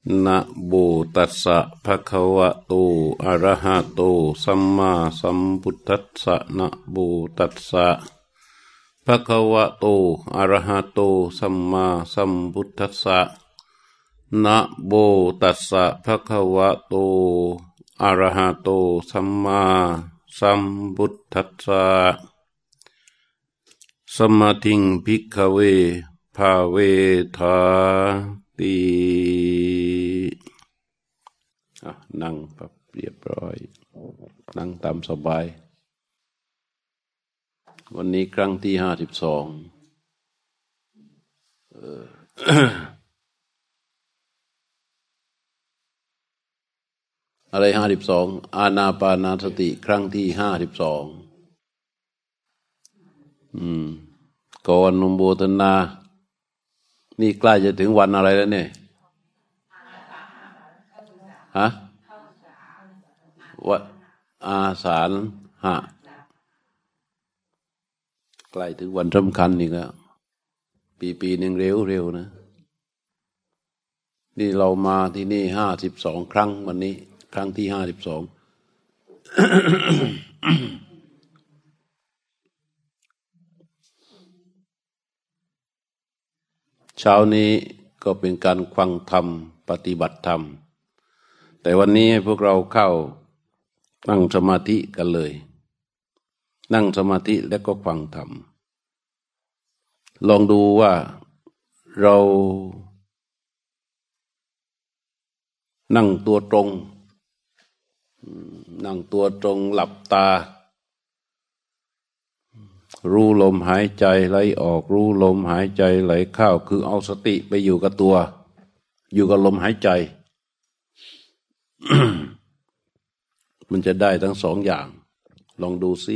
นะโมตัสสะภะคะวะโตอะระหะโตสัมมาสัมพุทธัสสะนะโมตัสสะภะคะวะโตอะระหะโตสัมมาสัมพุทธัสสะนะโมตัสสะภะคะวะโตอะระหะโตสัมมาสัมพุทธัสสะสมาธิงภิกขเวภาเวทาตินั่งปรับเรียบร้อยนั่งตามสบายวันนี้ครั้งที่52อะไร52อานาปานาสติครั้งที่52ก่อนนุโมทนานี่ใกล้จะถึงวันอะไรแล้วเนี่ยวันอาสาฬหะใกล้ถึงวันสำคัญอีกแล้วปีหนึ่งเร็วนะนี่เรามาที่นี่52ครั้งวันนี้ครั้งที่52เช้านี้ก็เป็นการฟังธรรมปฏิบัติธรรมแต่วันนี้ให้พวกเราเข้านั่งสมาธิกันเลยนั่งสมาธิแล้วก็ฟังธรรมลองดูว่าเรานั่งตัวตรงหลับตารู้ลมหายใจไหลออกรู้ลมหายใจไหลเข้าคือเอาสติไปอยู่กับตัวอยู่กับลมหายใจ มันจะได้ทั้งสองอย่างลองดูสิ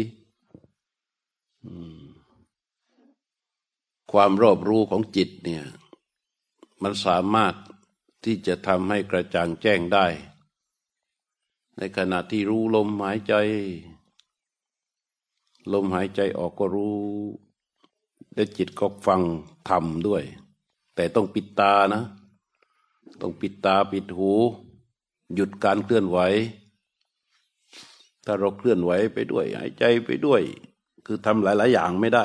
ความรอบรู้ของจิตเนี่ยมันสามารถที่จะทำให้กระจ่างแจ้งได้ในขณะที่รู้ลมหายใจลมหายใจออกก็รู้และจิตก็ฟังธรรมด้วยแต่ต้องปิดตานะต้องปิดตาปิดหูหยุดการเคลื่อนไหวถ้าเราเคลื่อนไหวไปด้วยหายใจไปด้วยคือทำหลายๆอย่างไม่ได้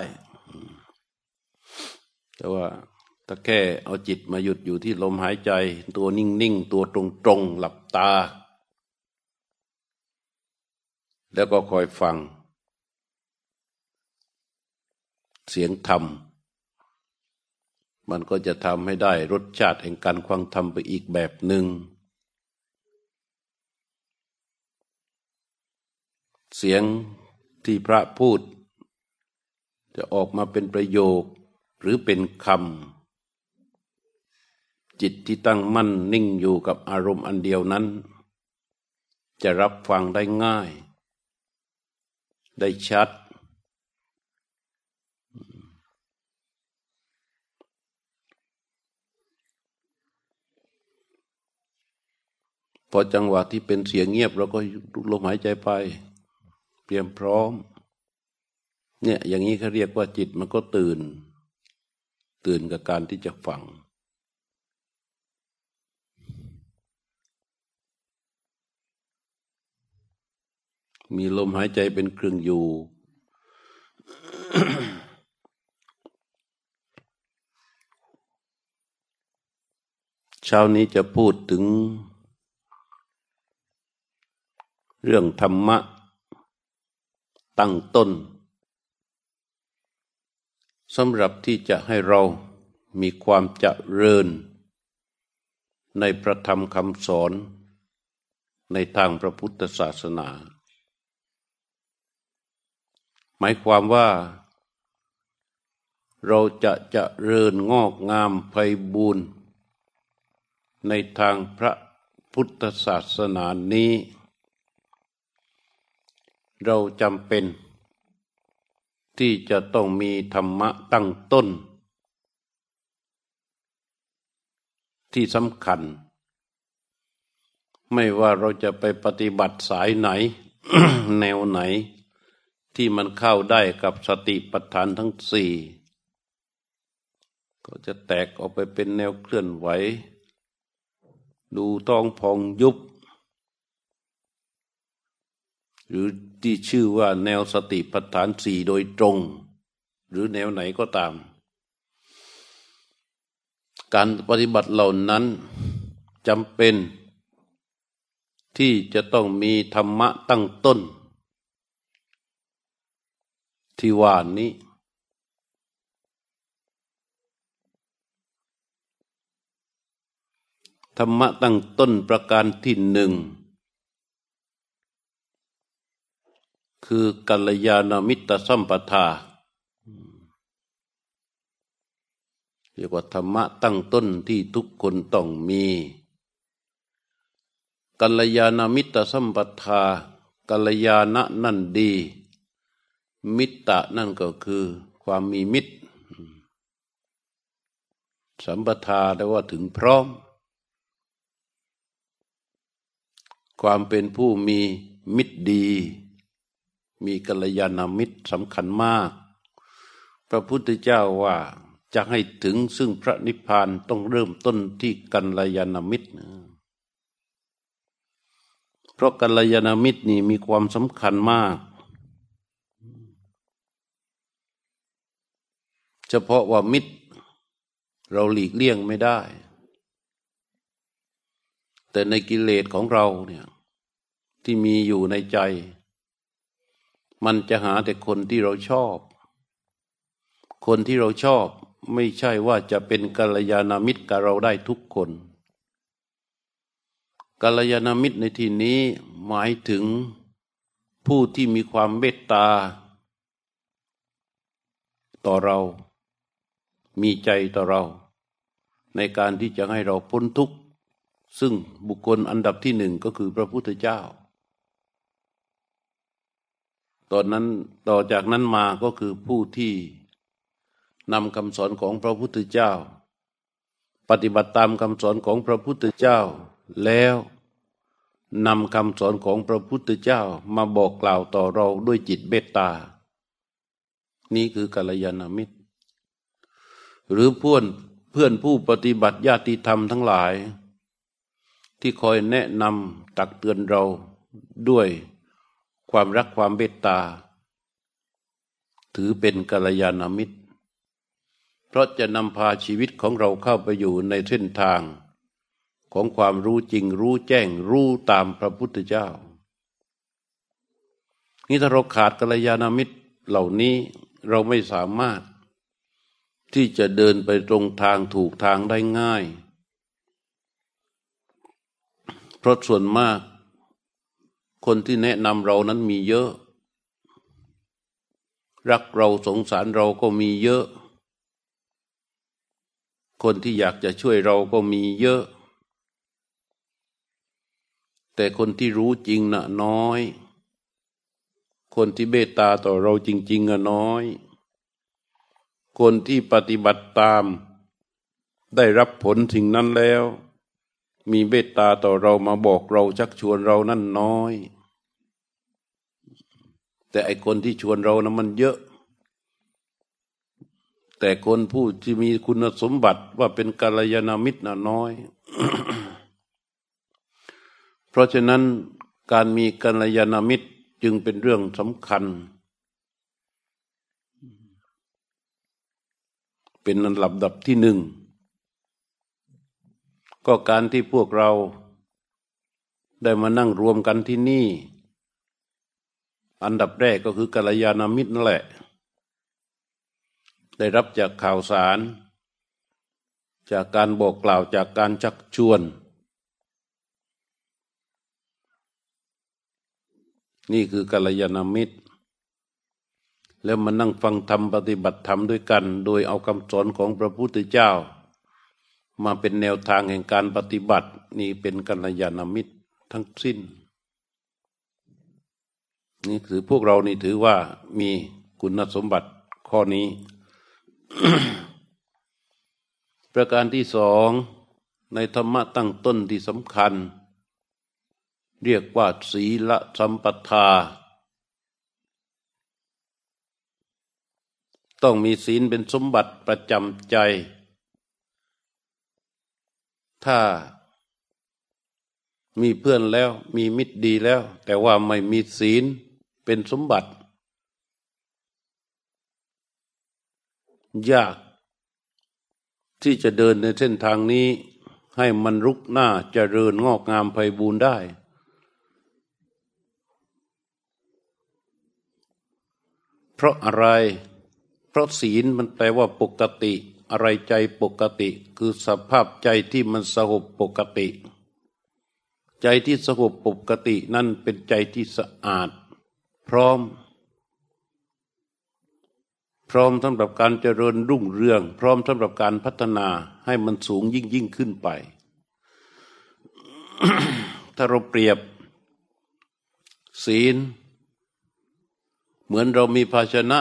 แต่ว่าถ้าแค่เอาจิตมาหยุดอยู่ที่ลมหายใจตัวนิ่งๆตัวตรงๆหลับตาแล้วก็คอยฟังเสียงธรรมมันก็จะทำให้ได้รสชาติแห่งการฟังธรรมไปอีกแบบหนึ่งเสียงที่พระพูดจะออกมาเป็นประโยคหรือเป็นคำจิตที่ตั้งมั่นนิ่งอยู่กับอารมณ์อันเดียวนั้นจะรับฟังได้ง่ายได้ชัดพอจังหวะที่เป็นเสียงเงียบเราก็ลมหายใจไปเตรียมพร้อมเนี่ยอย่างนี้เขาเรียกว่าจิตมันก็ตื่นกับการที่จะฟังมีลมหายใจเป็นเครื่องอยู่ เช้านี้จะพูดถึงเรื่องธรรมะตั้งต้นสำหรับที่จะให้เรามีความเจริญในพระธรรมคำสอนในทางพระพุทธศาสนาหมายความว่าเราจะเจริญงอกงามไพบูรณ์ในทางพระพุทธศาสนานี้เราจำเป็นที่จะต้องมีธรรมะตั้งต้นที่สำคัญไม่ว่าเราจะไปปฏิบัติสายไหน แนวไหนที่มันเข้าได้กับสติปัฏฐานทั้งสี่ก็จะแตกออกไปเป็นแนวเคลื่อนไหวดูท้องพองยุบหรือที่ชื่อว่าแนวสติปัฏฐานสี่โดยตรงหรือแนวไหนก็ตามการปฏิบัติเหล่านั้นจำเป็นที่จะต้องมีธรรมะตั้งต้นที่ว่านี้ธรรมะตั้งต้นประการที่หนึ่งคือกัลยาณมิตรสัมปทาเรียกว่าธรรมะตั้งต้นที่ทุกคนต้องมีกัลยาณมิตรสัมปทากัลยาณะนั่นดีมิตรนั่นก็คือความมีมิตรสัมปทาแปลว่าถึงพร้อมความเป็นผู้มีมิตรดีมีกัลยาณมิตรสำคัญมากพระพุทธเจ้าว่าจะให้ถึงซึ่งพระนิพพานต้องเริ่มต้นที่กัลยาณมิตรเพราะกัลยาณมิตรนี่มีความสำคัญมากเฉพาะว่ามิตรเราหลีกเลี่ยงไม่ได้แต่ในกิเลสของเราเนี่ยที่มีอยู่ในใจมันจะหาแต่คนที่เราชอบคนที่เราชอบไม่ใช่ว่าจะเป็นกัลยาณมิตรกับเราได้ทุกคนกัลยาณมิตรในที่นี้หมายถึงผู้ที่มีความเมตตาต่อเรามีใจต่อเราในการที่จะให้เราพ้นทุกข์ซึ่งบุคคลอันดับที่หนึ่งก็คือพระพุทธเจ้าตอนนั้นต่อจากนั้นมาก็คือผู้ที่นำคำสอนของพระพุทธเจ้าปฏิบัติตามคำสอนของพระพุทธเจ้าแล้วนำคำสอนของพระพุทธเจ้ามาบอกกล่าวต่อเราด้วยจิตเมตตานี่คือกัลยาณมิตรหรือเพื่อนผู้ปฏิบัติญาติธรรมทั้งหลายที่คอยแนะนำตักเตือนเราด้วยความรักความเมตตาถือเป็นกัลยาณมิตรเพราะจะนำพาชีวิตของเราเข้าไปอยู่ในเส้นทางของความรู้จริงรู้แจ้งรู้ตามพระพุทธเจ้านี่ถ้าเราขาดกัลยาณมิตรเหล่านี้เราไม่สามารถที่จะเดินไปตรงทางถูกทางได้ง่ายเพราะส่วนมากคนที่แนะนำเรานั้นมีเยอะรักเราสงสารเราก็มีเยอะคนที่อยากจะช่วยเราก็มีเยอะแต่คนที่รู้จริงน่ะน้อยคนที่เมตตาต่อเราจริงๆน้อยคนที่ปฏิบัติตามได้รับผลสิ่งนั้นแล้วมีเมตตาต่อเรามาบอกเราชักชวนเรานั่นน้อยแต่ไอคนที่ชวนเรานะมันเยอะแต่คนผู้ที่มีคุณสมบัติว่าเป็นกัลยาณมิตรน่ะน้อย เพราะฉะนั้นการมีกัลยาณมิตรจึงเป็นเรื่องสำคัญเป็นอันดับที่หนึ่งก็การที่พวกเราได้มานั่งรวมกันที่นี่อันดับแรกก็คือกัลยาณมิตรนั่นแหละได้รับจากข่าวสารจากการบอกกล่าวจากการชักชวนนี่คือกัลยาณมิตรแล้วมานั่งฟังธรรมปฏิบัติธรรมด้วยกันโดยเอาคำสอนของพระพุทธเจ้ามาเป็นแนวทางแห่งการปฏิบัตินี่เป็นกัลยาณมิตรทั้งสิ้นนี่คือพวกเรานี่ถือว่ามีคุณสมบัติข้อนี้ ประการที่สองในธรรมะตั้งต้นที่สำคัญเรียกว่าศีลสัมปทาต้องมีศีลเป็นสมบัติประจำใจถ้ามีเพื่อนแล้วมีมิตรดีแล้วแต่ว่าไม่มีศีลเป็นสมบัติยากที่จะเดินในเส้นทางนี้ให้มันรุกหน้าเจริญงอกงามไพบูรย์ได้เพราะอะไรเพราะศีลมันแปลว่าปกติอะไรใจปกติคือสภาพใจที่มันสงบปกติใจที่สงบปกตินั่นเป็นใจที่สะอาดพร้อมสำหรับการเจริญรุ่งเรืองพร้อมสำหรับการพัฒนาให้มันสูงยิ่งขึ้นไป ถ้าเราเปรียบศีลเหมือนเรามีภาชนะ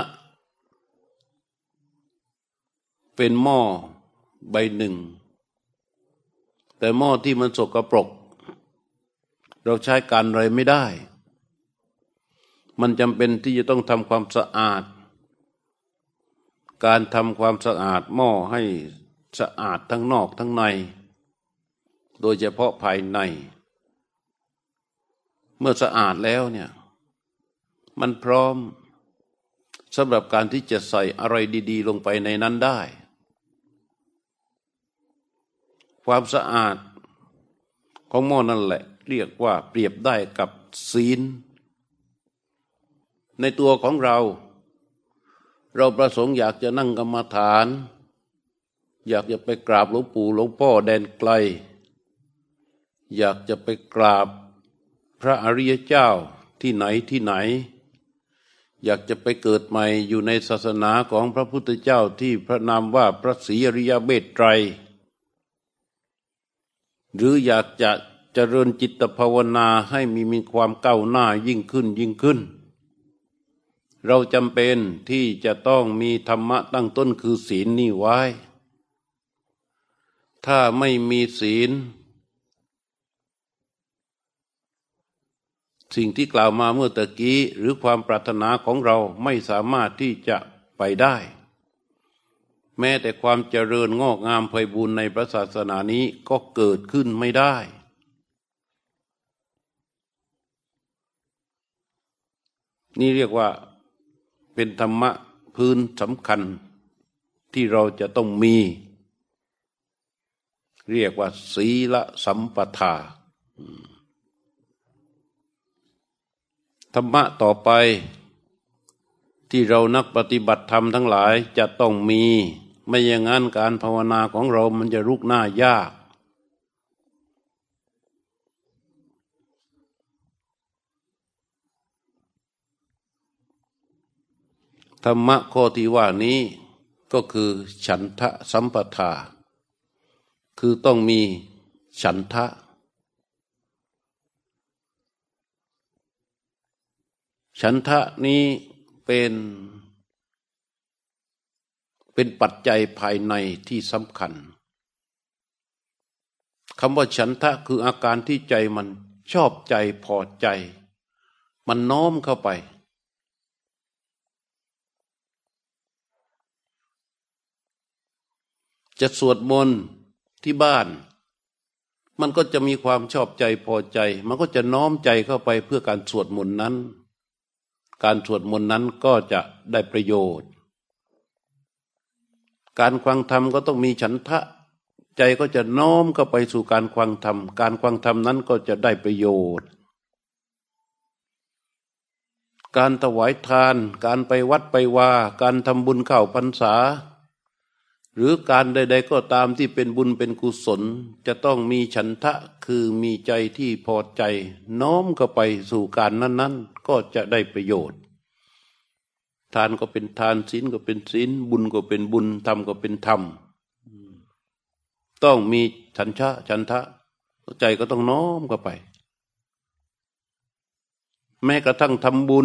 เป็นหม้อใบหนึ่งแต่หม้อที่มันสกปรกเราใช้การอะไรไม่ได้มันจำเป็นที่จะต้องทำความสะอาดการทำความสะอาดหม้อให้สะอาดทั้งนอกทั้งในโดยเฉพาะภายในเมื่อสะอาดแล้วเนี่ยมันพร้อมสำหรับการที่จะใส่อะไรดีๆลงไปในนั้นได้ความสะอาดของหม้อนั่นแหละเรียกว่าเปรียบได้กับศีลในตัวของเราประสงค์อยากจะนั่งกรรมฐานอยากจะไปกราบหลวงปู่หลวงพ่อแดนไกลอยากจะไปกราบพระอริยเจ้าที่ไหนอยากจะไปเกิดใหม่อยู่ในศาสนาของพระพุทธเจ้าที่พระนามว่าพระศรีอริยเมตไตรหรืออยากจะเจริญจิตภาวนาให้มีความก้าวหน้ายิ่งขึ้นเราจำเป็นที่จะต้องมีธรรมะตั้งต้นคือศีลนี่ไว้ถ้าไม่มีศีลสิ่งที่กล่าวมาเมื่อตะกี้หรือความปรารถนาของเราไม่สามารถที่จะไปได้แม้แต่ความเจริญงอกงามไพบูรย์ในพระศาสนานี้ก็เกิดขึ้นไม่ได้นี่เรียกว่าเป็นธรรมะพื้นสำคัญที่เราจะต้องมีเรียกว่าศีลสัมปทาธรรมะต่อไปที่เรานักปฏิบัติธรรมทั้งหลายจะต้องมีไม่อย่างนั้นการภาวนาของเรามันจะรุกหน้ายากธรรมะข้อที่ว่านี้ก็คือฉันทะสัมปทาคือต้องมีฉันทะฉันทะนี้เป็นปัจจัยภายในที่สำคัญคำว่าฉันทะคืออาการที่ใจมันชอบใจพอใจมันน้อมเข้าไปจะสวดมนต์ที่บ้านมันก็จะมีความชอบใจพอใจมันก็จะน้อมใจเข้าไปเพื่อการสวดมนต์นั้นการสวดมนต์นั้นก็จะได้ประโยชน์การฟังธรรมก็ต้องมีฉันทะใจก็จะน้อมเข้าไปสู่การฟังธรรมการฟังธรรมนั้นก็จะได้ประโยชน์การถวายทานการไปวัดไปวาการทำบุญเข้าพรรษาหรือการใดๆก็ตามที่เป็นบุญเป็นกุศลจะต้องมีฉันทะคือมีใจที่พอใจน้อมเข้าไปสู่การนั้นๆก็จะได้ประโยชน์ทานก็เป็นทานศีลก็เป็นศีลบุญก็เป็นบุญธรรมก็เป็นธรรมต้องมีฉันทะใจก็ต้องน้อมเข้าไปแม้กระทั่งทำบุญ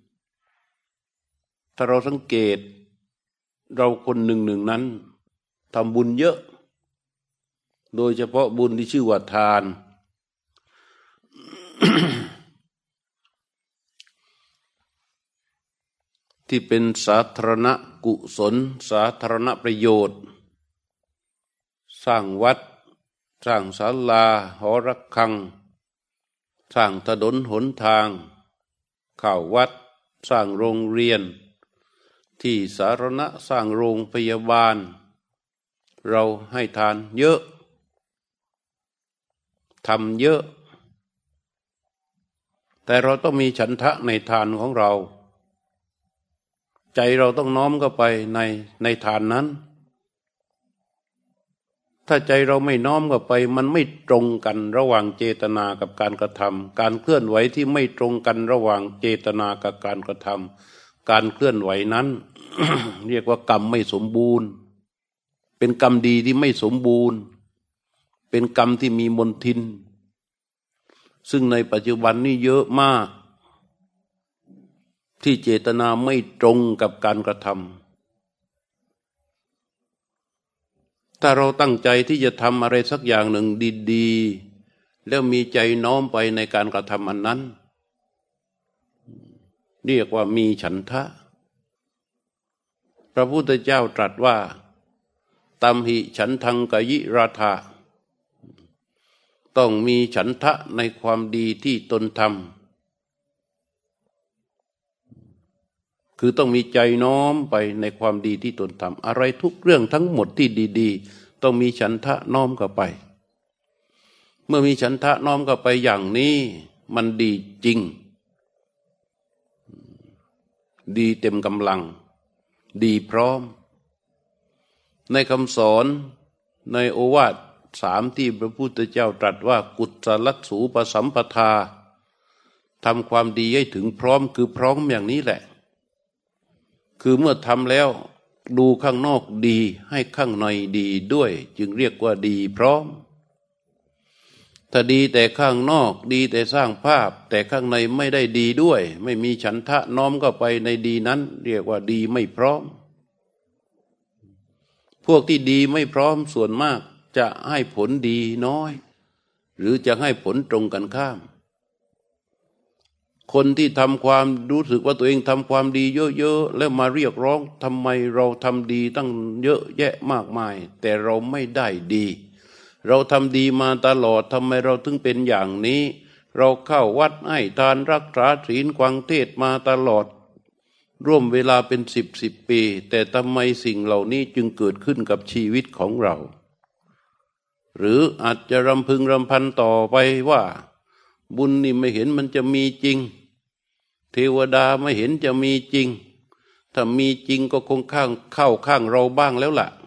ถ้าเราสังเกตเราคนหนึ่งนั้นทำบุญเยอะโดยเฉพาะบุญที่ชื่อว่าทาน ที่เป็นสาธารณกุศลสาธารณประโยชน์สร้างวัดสร้างศาลาหอระฆังสร้างถนนหนทางเข้าวัดสร้างโรงเรียนที่สาธารณะสร้างโรงพยาบาลเราให้ทานเยอะทำเยอะแต่เราต้องมีฉันทะในทานของเราใจเราต้องน้อมเข้าไปในทานนั้นถ้าใจเราไม่น้อมเข้าไปมันไม่ตรงกันระหว่างเจตนากับการกระทำการเคลื่อนไหวที่ไม่ตรงกันระหว่างเจตนากับการกระทำการเคลื่อนไหวนั้น เรียกว่ากรรมไม่สมบูรณ์เป็นกรรมดีที่ไม่สมบูรณ์เป็นกรรมที่มีมลทินซึ่งในปัจจุบันนี้เยอะมากที่เจตนาไม่ตรงกับการกระทำถ้าเราตั้งใจที่จะทำอะไรสักอย่างหนึ่งดีๆแล้วมีใจน้อมไปในการกระทำอันนั้นเรียกว่ามีฉันทะพระพุทธเจ้าตรัสว่าตัมหิฉันทังกยิราธาต้องมีฉันทะในความดีที่ตนทำคือต้องมีใจน้อมไปในความดีที่ตนทำอะไรทุกเรื่องทั้งหมดที่ดีๆต้องมีฉันทะน้อมเข้าไปเมื่อมีฉันทะน้อมเข้าไปอย่างนี้มันดีจริงดีเต็มกำลังดีพร้อมในคำสอนในโอวาท3ที่พระพุทธเจ้าตรัสว่ากุศลัสสูปสัมปทาทำความดีให้ถึงพร้อมคือพร้อมอย่างนี้แหละคือเมื่อทำแล้วดูข้างนอกดีให้ข้างในดีด้วยจึงเรียกว่าดีพร้อมถ้าดีแต่ข้างนอกดีแต่สร้างภาพแต่ข้างในไม่ได้ดีด้วยไม่มีฉันทะน้อมเข้าไปในดีนั้นเรียกว่าดีไม่พร้อมพวกที่ดีไม่พร้อมส่วนมากจะให้ผลดีน้อยหรือจะให้ผลตรงกันข้ามคนที่ทำความรู้สึกว่าตัวเองทำความดีเยอะๆแล้วมาเรียกร้องทำไมเราทำดีตั้งเยอะแยะมากมายแต่เราไม่ได้ดีเราทำดีมาตลอดทำไมเราถึงเป็นอย่างนี้เราเข้าวัดให้ทานรักษาศีลกวางเทศมาตลอดร่วมเวลาเป็นสิบปีแต่ทำไมสิ่งเหล่านี้จึงเกิดขึ้นกับชีวิตของเราหรืออาจจะรำพึงรำพันต่อไปว่าบุญนี่ไม่เห็นมันจะมีจริงเทวดาไม่เห็นจะมีจริงถ้ามีจริงก็คงเข้าข้างเราบ้างแล้วล่ะ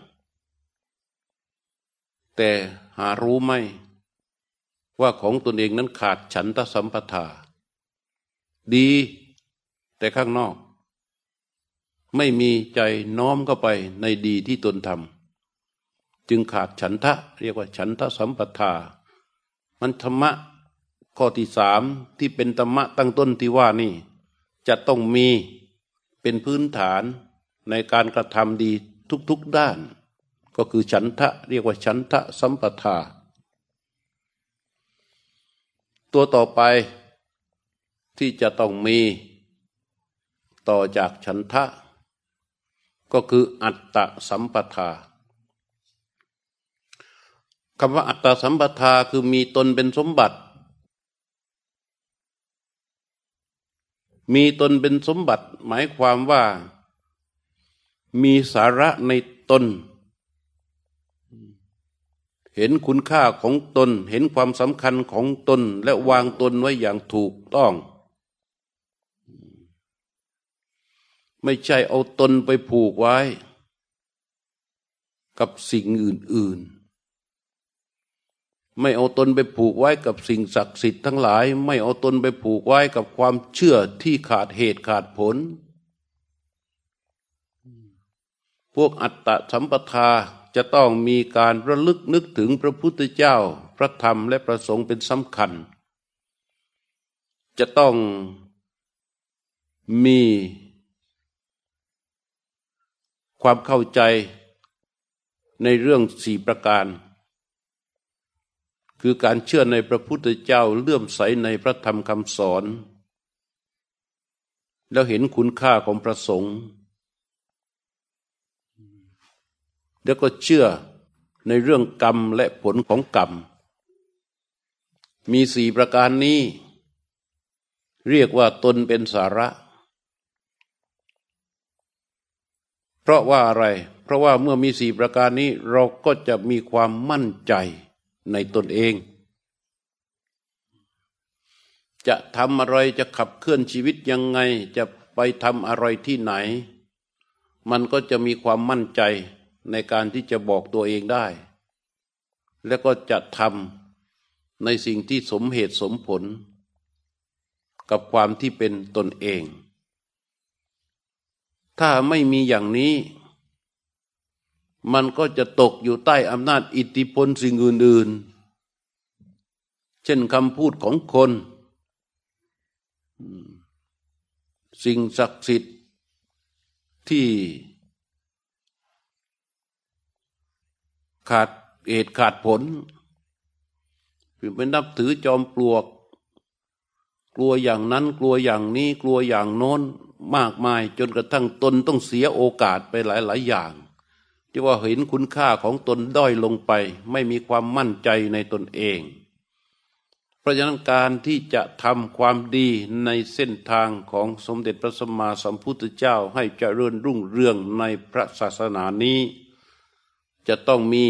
แต่หารู้ไหมว่าของตนเองนั้นขาดฉันทสัมปทาดีแต่ข้างนอกไม่มีใจน้อมเข้าไปในดีที่ตนทำจึงขาดฉันทะเรียกว่าฉันทสัมปทามันธรรมะข้อที่3ที่เป็นธรรมะตั้งต้นที่ว่านี่จะต้องมีเป็นพื้นฐานในการกระทำดีทุกๆด้านก็คือฉันทะเรียกว่าฉันทะสัมปทาตัวต่อไปที่จะต้องมีต่อจากฉันทะก็คืออัตตสัมปทาคำว่าอัตตสัมปทาคือมีตนเป็นสมบัติมีตนเป็นสมบัติหมายความว่ามีสาระในตนเห็นคุณค่าของตนเห็นความสำคัญของตนและวางตนไว้อย่างถูกต้องไม่ใช่เอาตนไปผูกไว้กับสิ่งอื่นๆไม่เอาตนไปผูกไว้กับสิ่งศักดิ์สิทธิ์ทั้งหลายไม่เอาตนไปผูกไว้กับความเชื่อที่ขาดเหตุขาดผลพวกอัตตสัมปทาจะต้องมีการระลึกนึกถึงพระพุทธเจ้าพระธรรมและพระสงฆ์เป็นสำคัญจะต้องมีความเข้าใจในเรื่อง4ประการคือการเชื่อในพระพุทธเจ้าเลื่อมใสในพระธรรมคำสอนแล้วเห็นคุณค่าของพระสงฆ์แล้วก็เชื่อในเรื่องกรรมและผลของกรรมมี4ประการนี้เรียกว่าตนเป็นสาระเพราะว่าอะไรเพราะว่าเมื่อมี4ประการนี้เราก็จะมีความมั่นใจในตนเองจะทำอะไรจะขับเคลื่อนชีวิตยังไงจะไปทำอะไรที่ไหนมันก็จะมีความมั่นใจในการที่จะบอกตัวเองได้และก็จะทำในสิ่งที่สมเหตุสมผลกับความที่เป็นตนเองถ้าไม่มีอย่างนี้มันก็จะตกอยู่ใต้อำนาจอิทธิพลสิ่งอื่นๆเช่นคำพูดของคนสิ่งศักดิ์สิทธิ์ที่ขาดเหตุขาดผลคือไปนับถือจอมปลวกกลัวอย่างนั้นกลัวอย่างนี้กลัวอย่างโน้นมากมายจนกระทั่งตนต้องเสียโอกาสไปหลายๆอย่างที่ว่าเห็นคุณค่าของตนด้อยลงไปไม่มีความมั่นใจในตนเองเพราะฉะนั้นการที่จะทำความดีในเส้นทางของสมเด็จพระสัมมาสัมพุทธเจ้าให้เจริญรุ่งเรืองในพระศาสนานี้จะต้องมี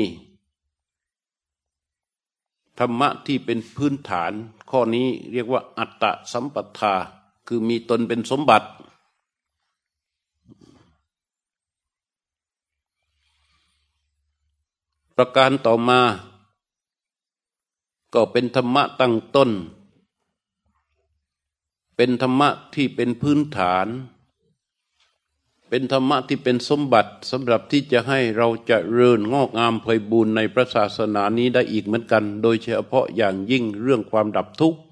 ธรรมะที่เป็นพื้นฐานข้อนี้เรียกว่าอัตตสัมปทาคือมีตนเป็นสมบัติประการต่อมาก็เป็นธรรมะตั้งต้นเป็นธรรมะที่เป็นพื้นฐานเป็นธรรมะที่เป็นสมบัติสำหรับที่จะให้เราเจริญงอกงามไพบูรณ์ในพระศาสนานี้ได้อีกเหมือนกันโดยเฉพาะอย่างยิ่งเรื่องความดับทุกข์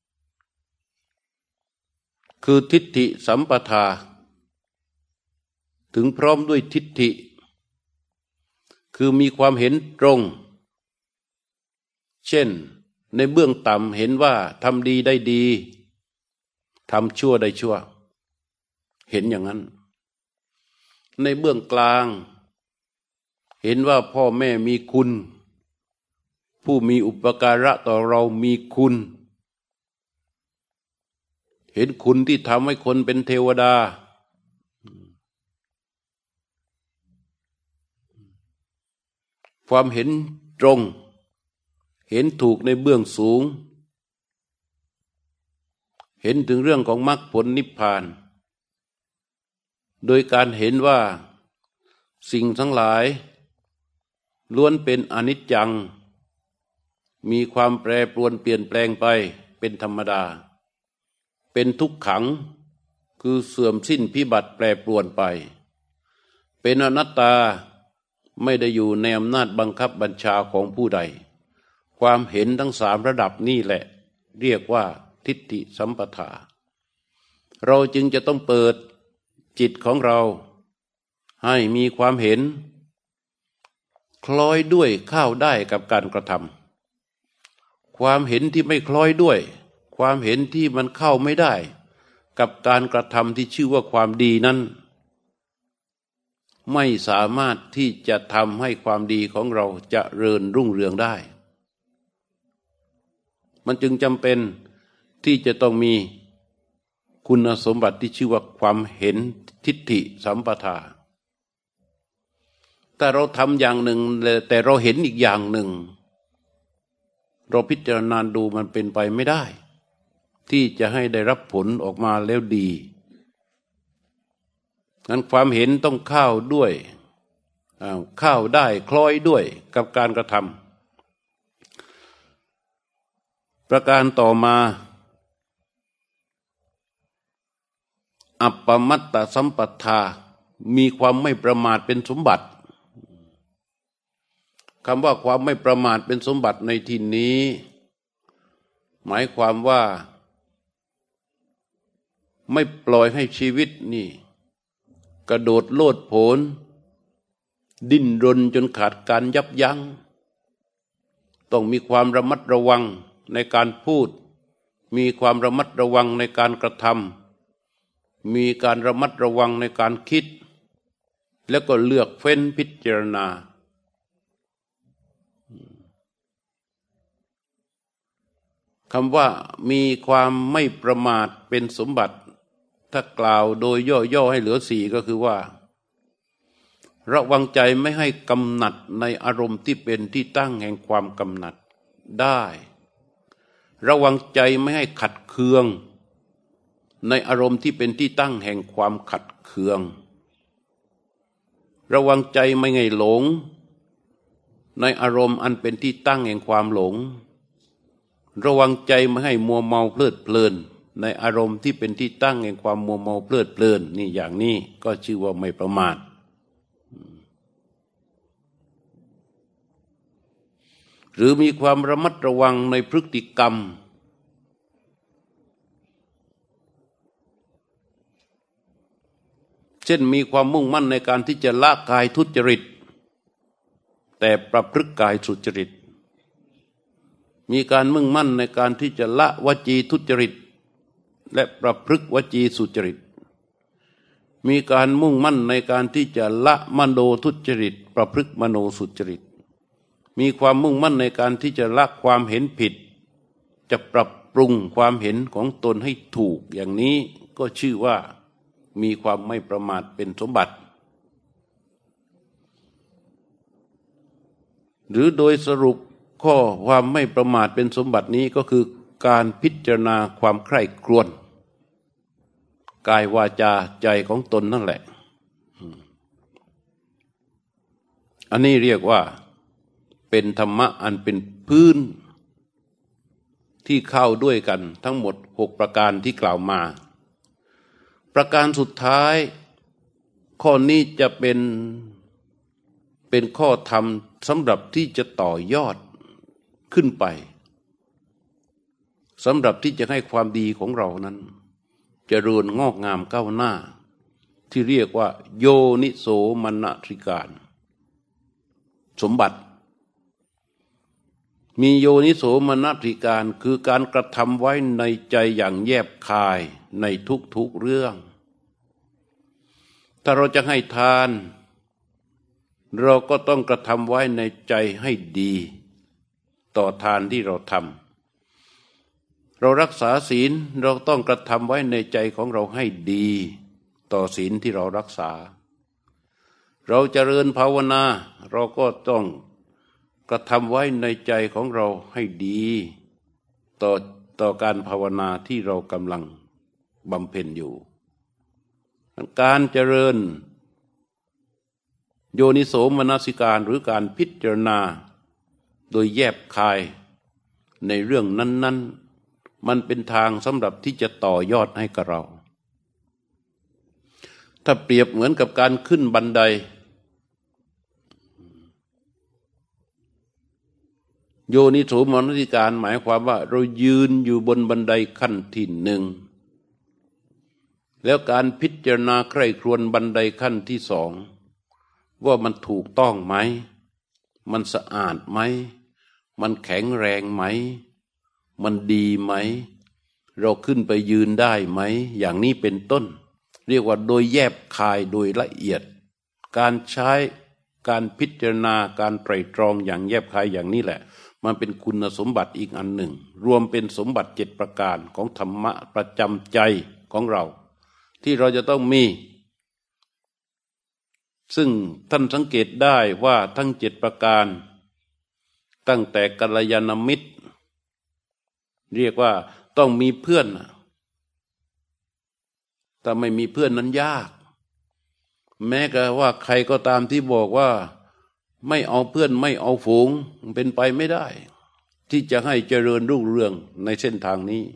คือทิฏฐิสัมปทาถึงพร้อมด้วยทิฏฐิคือมีความเห็นตรงเช่นในเบื้องต่ำเห็นว่าทำดีได้ดีทำชั่วได้ชั่วเห็นอย่างนั้นในเบื้องกลางเห็นว่าพ่อแม่มีคุณผู้มีอุปการะต่อเรามีคุณเห็นคุณที่ทำให้คนเป็นเทวดาความเห็นตรงเห็นถูกในเบื้องสูงเห็นถึงเรื่องของมรรคผลนิพพานโดยการเห็นว่าสิ่งทั้งหลายล้วนเป็นอนิจจังมีความแปรปรวนเปลี่ยนแปลงไปเป็นธรรมดาเป็นทุกขังคือเสื่อมสิ้นพิบัติแปรปรวนไปเป็นอนัตตาไม่ได้อยู่ในอำนาจบังคับบัญชาของผู้ใดความเห็นทั้ง3ระดับนี่แหละเรียกว่าทิฏฐิสัมปทาเราจึงจะต้องเปิดจิตของเราให้มีความเห็นคล้อยด้วยเข้าได้กับการกระทำความเห็นที่ไม่คล้อยด้วยความเห็นที่มันเข้าไม่ได้กับการกระทำที่ชื่อว่าความดีนั้นไม่สามารถที่จะทำให้ความดีของเราเจริญรุ่งเรืองได้มันจึงจำเป็นที่จะต้องมีคุณสมบัติที่ชื่อว่าความเห็นทิฏฐิสัมปทาแต่เราทำอย่างหนึ่งแต่เราเห็นอีกอย่างหนึ่งเราพิจารณาดูมันเป็นไปไม่ได้ที่จะให้ได้รับผลออกมาแล้วดีงั้นความเห็นต้องเข้าด้วยเข้าได้คล้อยด้วยกับการกระทำประการต่อมาอัปปมัตตสัมปทามีความไม่ประมาทเป็นสมบัติคำว่าความไม่ประมาทเป็นสมบัติในที่นี้หมายความว่าไม่ปล่อยให้ชีวิตนี่กระโดดโลดโผนดิ้นรนจนขาดการยับยั้งต้องมีความระมัดระวังในการพูดมีความระมัดระวังในการกระทำมีการระมัดระวังในการคิดแล้วก็เลือกเฟ้นพิจารณาคคำว่ามีความไม่ประมาทเป็นสมบัติถ้ากล่าวโดยย่อๆให้เหลือสี่ก็คือว่าระวังใจไม่ให้กำหนัดในอารมณ์ที่เป็นที่ตั้งแห่งความกำหนัดได้ระวังใจไม่ให้ขัดเคืองในอารมณ์ที่เป็นที่ตั้งแห่งความขัดเคืองระวังใจไม่ให้หลงในอารมณ์อันเป็นที่ตั้งแห่งความหลงระวังใจไม่ให้มัวเมาเพลิดเพลินในอารมณ์ที่เป็นที่ตั้งแห่งความมัวเมาเพลิดเพลินนี่อย่างนี้ก็ชื่อว่าไม่ประมาทหรือมีความระมัดระวังในพฤติกรรมเช่นมีความมุ่งมั่นในการที่จะละกายทุจริตแต่ประพฤติกายสุจริตมีการมุ่งมั่นในการที่จะละวจีทุจริตและประพฤติวจีสุจริตมีการมุ่งมั่นในการที่จะละมโนทุจริตประพฤติมโนสุจริตมีความมุ่งมั่นในการที่จะละความเห็นผิดจะปรับปรุงความเห็นของตนให้ถูกอย่างนี้ก็ชื่อว่ามีความไม่ประมาทเป็นสมบัติหรือโดยสรุปข้อความไม่ประมาทเป็นสมบัตินี้ก็คือการพิจารณาความใคร่ครวญกายวาจาใจของตนนั่นแหละอันนี้เรียกว่าเป็นธรรมะอันเป็นพื้นที่เข้าด้วยกันทั้งหมด6ประการที่กล่าวมาประการสุดท้ายข้อนี้จะเป็นข้อธรรมสำหรับที่จะต่อยอดขึ้นไปสำหรับที่จะให้ความดีของเรานั้นเจริญงอกงามก้าวหน้าที่เรียกว่าโยนิโสมนสิการสมบัติมีโยนิโสมนสิการคือการกระทำไว้ในใจอย่างแยบคายในทุกๆเรื่องถ้าเราจะให้ทานเราก็ต้องกระทำไว้ในใจให้ดีต่อทานที่เราทำเรารักษาศีลเราต้องกระทำไว้ในใจของเราให้ดีต่อศีลที่เรารักษาเราเจริญภาวนาเราก็ต้องกระทำไว้ในใจของเราให้ดีต่อการภาวนาที่เรากำลังบำเพ็ญอยู่การเจริญโยนิโสมนสิการหรือการพิจารณาโดยแยบคายในเรื่องนั้นๆมันเป็นทางสำหรับที่จะต่อยอดให้กับเราถ้าเปรียบเหมือนกับการขึ้นบันไดโยนิโสมนสิการหมายความว่าเรายืนอยู่บนบันไดขั้นที่หนึ่งแล้วการพิจารณาใคร่ครวญบันไดขั้นที่สองว่ามันถูกต้องไหมมันสะอาดไหมมันแข็งแรงไหมมันดีไหมเราขึ้นไปยืนได้ไหมอย่างนี้เป็นต้นเรียกว่าโดยแยบคายโดยละเอียดการใช้การพิจารณาการไตร่ตรองอย่างแยบคายอย่างนี้แหละมันเป็นคุณสมบัติอีกอันหนึ่งรวมเป็นสมบัติ7ประการของธรรมะประจำใจของเราที่เราจะต้องมีซึ่งท่านสังเกตได้ว่าทั้ง7ประการตั้งแต่กัลยาณมิตรเรียกว่าต้องมีเพื่อนถ้าไม่มีเพื่อนนั้นยากแม้แต่ว่าใครก็ตามที่บอกว่าไม่เอาเพื่อนไม่เอาฝูงเป็นไปไม่ได้ที่จะให้เจริญรุ่งเรืองในเส้นทางนี้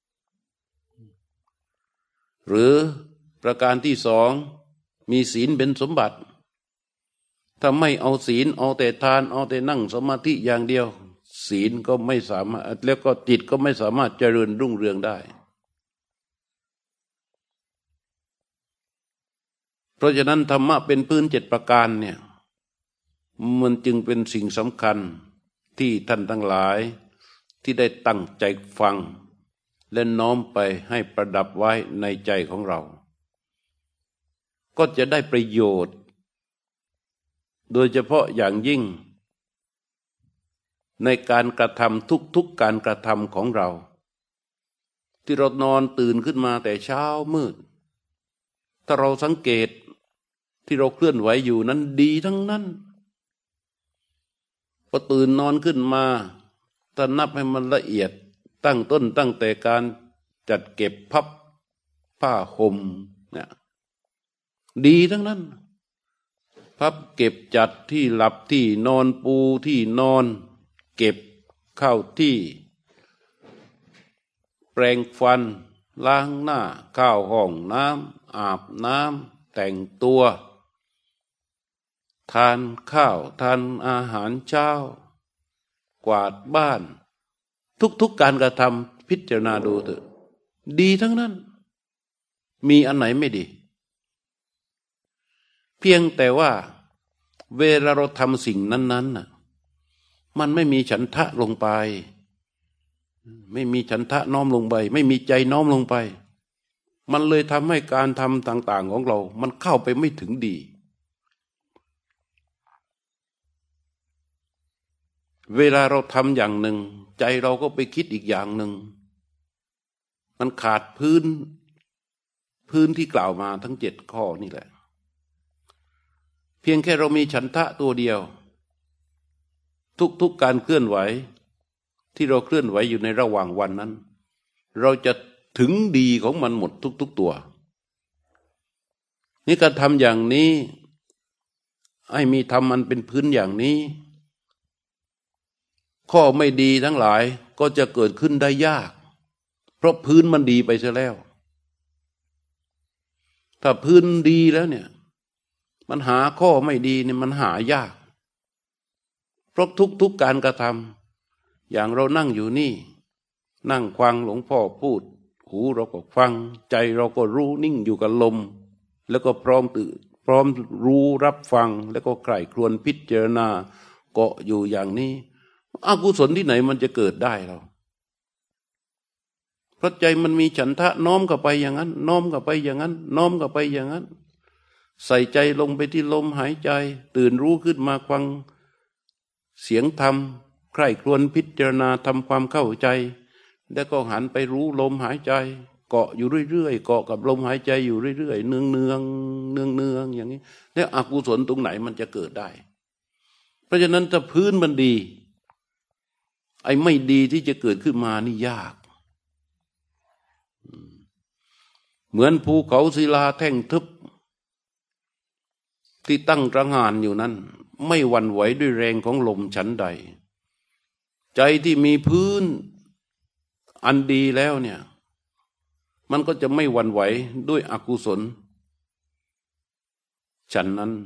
หรือประการที่สองมีศีลเป็นสมบัติถ้าไม่เอาศีลเอาแต่ทานเอาแต่นั่งสมาธิอย่างเดียวศีลก็ไม่สามารถแล้วก็จิตก็ไม่สามารถเจริญรุ่งเรืองได้เพราะฉะนั้นธรรมะเป็นพื้น7ประการเนี่ยมันจึงเป็นสิ่งสำคัญที่ท่านทั้งหลายที่ได้ตั้งใจฟังและน้อมไปให้ประดับไว้ในใจของเราก็จะได้ประโยชน์โดยเฉพาะอย่างยิ่งในการกระทำทุกการกระทำของเราที่เรานอนตื่นขึ้นมาแต่เช้ามืดถ้าเราสังเกตที่เราเคลื่อนไหวอยู่นั้นดีทั้งนั้นพอตื่นนอนขึ้นมาถ้านับให้มันละเอียดตั้งต้นตั้งแต่การจัดเก็บพับผ้าห่มเนี่ยดีทั้งนั้นพับเก็บจัดที่หลับที่นอนปูที่นอนเก็บเข้าที่แปรงฟันล้างหน้าเข้าห้องน้ำอาบน้ำแต่งตัวทานข้าวทานอาหารเช้ากวาดบ้านทุกการกระทำพิจารณาดูเถอะดีทั้งนั้นมีอันไหนไม่ดีเพียงแต่ว่าเวลาเราทำสิ่งนั้นๆน่ะมันไม่มีฉันทะลงไปไม่มีฉันทะน้อมลงไปไม่มีใจน้อมลงไปมันเลยทำให้การทำต่างๆของเรามันเข้าไปไม่ถึงดีเวลาเราทำอย่างหนึ่งใจเราก็ไปคิดอีกอย่างหนึ่งมันขาดพื้นที่กล่าวมาทั้ง7 ข้อนี่แหละเพียงแค่เรามีฉันทะตัวเดียวทุกการเคลื่อนไหวที่เราเคลื่อนไหวอยู่ในระหว่างวันนั้นเราจะถึงดีของมันหมดทุกตัวนี่การทำอย่างนี้ให้มีธรรมมันเป็นพื้นอย่างนี้ข้อไม่ดีทั้งหลายก็จะเกิดขึ้นได้ยากเพราะพื้นมันดีไปซะแล้วถ้าพื้นดีแล้วเนี่ยมันหาข้อไม่ดีเนี่ยมันหายากเพราะทุกการกระทำอย่างเรานั่งอยู่นี่นั่งฟังหลวงพ่อพูดหูเราก็ฟังใจเราก็รู้นิ่งอยู่กับลมแล้วก็พร้อมรู้รับฟังแล้วก็ใคร่ครวญพิจารณาเกาะอยู่อย่างนี้อกุศลที่ไหนมันจะเกิดได้เราเพราะใจมันมีฉันทะน้อมเข้าไปอย่างนั้นน้อมเข้าไปอย่างนั้นน้อมเข้าไปอย่างนั้นใส่ใจลงไปที่ลมหายใจตื่นรู้ขึ้นมาฟังเสียงธรรมใคร่ครวญพิจารณาทำความเข้าใจแล้วก็หันไปรู้ลมหายใจเกาะอยู่เรื่อยๆเกาะกับลมหายใจอยู่เรื่อยๆเนืองอย่างนี้แล้วอกุศลตรงไหนมันจะเกิดได้เพราะฉะนั้นถ้าพื้นมันดีไอ้ไม่ดีที่จะเกิดขึ้นมานี่ยากเหมือนภูเขาศิลาแท่งทึบที่ตั้งตระหง่านอยู่นั้นไม่หวั่นไหวด้วยแรงของลมฉันใดใจที่มีพื้นอันดีแล้วเนี่ยมันก็จะไม่หวั่นไหวด้วยอกุศลฉันนั้น